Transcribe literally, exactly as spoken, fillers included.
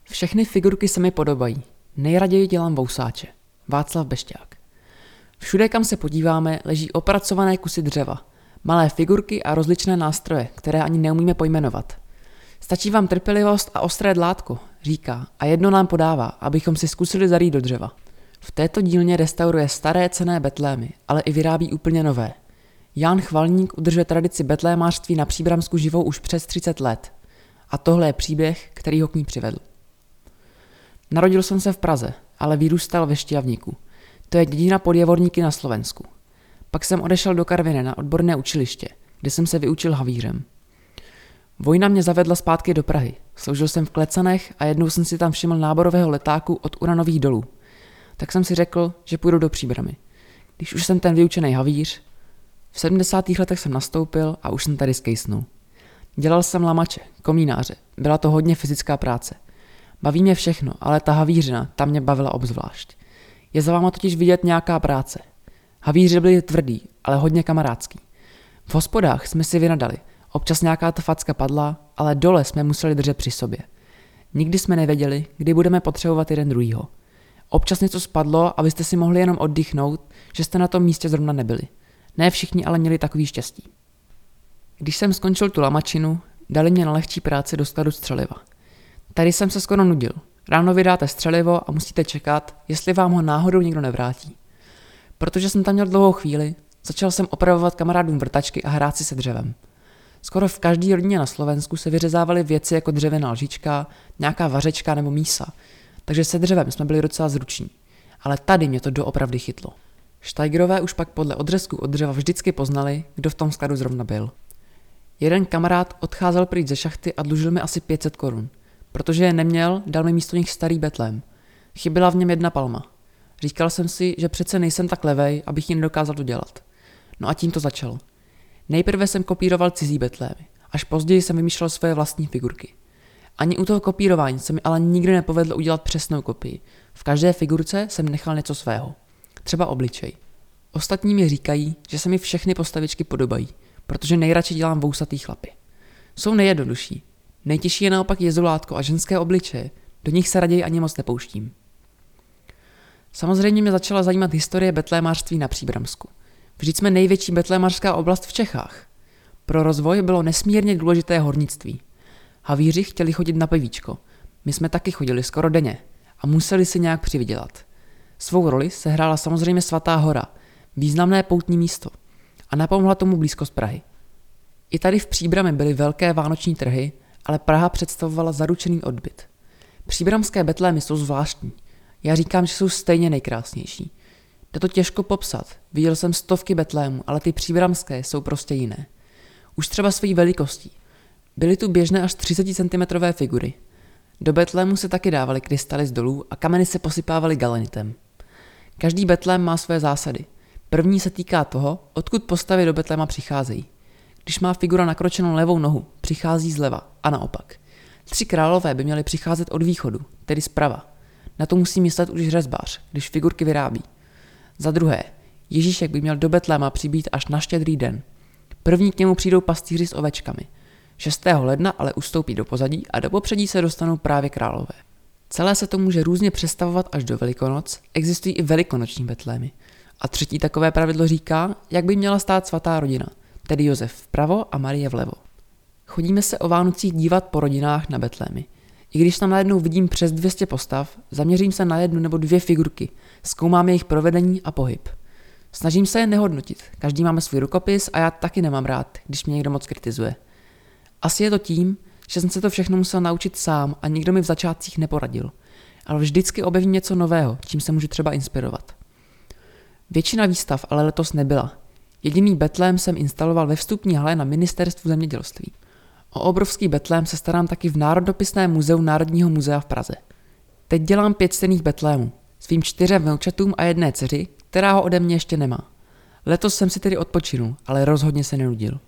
Všechny figurky se mi podobají. Nejraději dělám vousáče. Václav Bešťák. Všude, kam se podíváme, leží opracované kusy dřeva, malé figurky a rozličné nástroje, které ani neumíme pojmenovat. Stačí vám trpělivost a ostré dlátko, říká, a jedno nám podává, abychom si zkusili zarýt do dřeva. V této dílně restauruje staré cenné betlémy, ale i vyrábí úplně nové. Jan Chvalník udržuje tradici betlémářství na Příbramsku živou už přes třicet let. A tohle je příběh, který ho k ní přivedl. Narodil jsem se v Praze, ale vyrůstal ve Štiavníku. To je dědina pod Javorníky na Slovensku. Pak jsem odešel do Karviné na odborné učiliště, kde jsem se vyučil havířem. Vojna mě zavedla zpátky do Prahy. Sloužil jsem v Klecanech a jednou jsem si tam všiml náborového letáku od uranových dolů. Tak jsem si řekl, že půjdu do Příbramy. Když už jsem ten vyučený havíř, v sedmdesátých letech jsem nastoupil a už jsem tady skejsnul. Dělal jsem lamače, komínáře, byla to hodně fyzická práce. Baví mě všechno, ale ta havířina, ta mě bavila obzvlášť. Je za váma totiž vidět nějaká práce. Havíři byli tvrdý, ale hodně kamarádský. V hospodách jsme si vynadali, občas nějaká ta facka padla, ale dole jsme museli držet při sobě. Nikdy jsme nevěděli, kdy budeme potřebovat jeden druhýho. Občas něco spadlo, abyste si mohli jenom oddychnout, že jste na tom místě zrovna nebyli. Ne všichni ale měli takový štěstí. Když jsem skončil tu lamačinu, dali mě na lehčí práci do skladu střeliva. Tady jsem se skoro nudil. Ráno vydáte střelivo a musíte čekat, jestli vám ho náhodou někdo nevrátí. Protože jsem tam měl dlouhou chvíli, začal jsem opravovat kamarádům vrtačky a hrát si se dřevem. Skoro v každé rodině na Slovensku se vyřezávaly věci jako dřevěná lžička, nějaká vařečka nebo mísa, takže se dřevem jsme byli docela zruční. Ale tady mě to doopravdy chytlo. Štajgerové už pak podle odřezku od dřeva vždycky poznali, kdo v tom skladu zrovna byl. Jeden kamarád odcházel pryč ze šachty a dlužil mi asi pět set korun. Protože je neměl, dal mi místo nich starý betlém. Chyběla v něm jedna palma. Říkal jsem si, že přece nejsem tak levej, abych ji nedokázal dodělat. No a tím to začalo. Nejprve jsem kopíroval cizí betlémy, až později jsem vymýšlel své vlastní figurky. Ani u toho kopírování se mi ale nikdy nepovedlo udělat přesnou kopii. V každé figurce jsem nechal něco svého. Třeba obličej. Ostatní mi říkají, že se mi všechny postavičky podobají, protože nejradši dělám vousatý chlapy. Jsou nejjednodušší. Nejtěžší je naopak jezulátko a ženské obličeje, do nich se raději ani moc nepouštím. Samozřejmě mě začala zajímat historie betlémářství na Příbramsku. Vždyť jsme největší betlémářská oblast v Čechách. Pro rozvoj bylo nesmírně důležité hornictví. Havíři chtěli chodit na pivíčko. My jsme taky chodili skoro denně a museli si nějak přivydělat. Svou roli se hrála samozřejmě Svatá hora, významné poutní místo, a napomohla tomu blízkost Prahy. I tady v Příbrami byly velké vánoční trhy, ale Praha představovala zaručený odbyt. Příbramské betlémy jsou zvláštní. Já říkám, že jsou stejně nejkrásnější. Jde to těžko popsat. Viděl jsem stovky betlémů, ale ty příbramské jsou prostě jiné. Už třeba svojí velikostí. Byly tu běžné až třicet centimetrů figury. Do betlému se taky dávaly krystaly z dolů a kameny se posypávaly galenitem. Každý betlém má své zásady. První se týká toho, odkud postavy do betléma přicházejí. Když má figura nakročenou levou nohu, přichází zleva a naopak. Tři králové by měly přicházet od východu, tedy zprava. Na to musí myslet už řezbář, když figurky vyrábí. Za druhé, Ježíšek by měl do betléma přibýt až na Štědrý den. První k němu přijdou pastýři s ovečkami. šestého ledna ale ustoupí do pozadí a do popředí se dostanou právě králové. Celé se to může různě přestavovat až do Velikonoc, existují i velikonoční betlémy. A třetí takové pravidlo říká, jak by měla stát svatá rodina, tedy Josef vpravo a Marie vlevo. Chodíme se o Vánocích dívat po rodinách na betlémy. I když tam najednou vidím přes dvě stě postav, zaměřím se na jednu nebo dvě figurky, zkoumám jejich provedení a pohyb. Snažím se je nehodnotit, každý máme svůj rukopis a já taky nemám rád, když mě někdo moc kritizuje. Asi je to tím, že jsem se to všechno musel naučit sám a nikdo mi v začátcích neporadil. Ale vždycky objevím něco nového, čím se můžu třeba inspirovat. Většina výstav ale letos nebyla. Jediný betlém jsem instaloval ve vstupní hale na Ministerstvu zemědělství. O obrovský betlém se starám taky v Národopisném muzeu Národního muzea v Praze. Teď dělám pět stejných betlémů, svým čtyřem vnoučatům a jedné dceři, která ho ode mě ještě nemá. Letos jsem si tedy odpočinul, ale rozhodně se nenudil.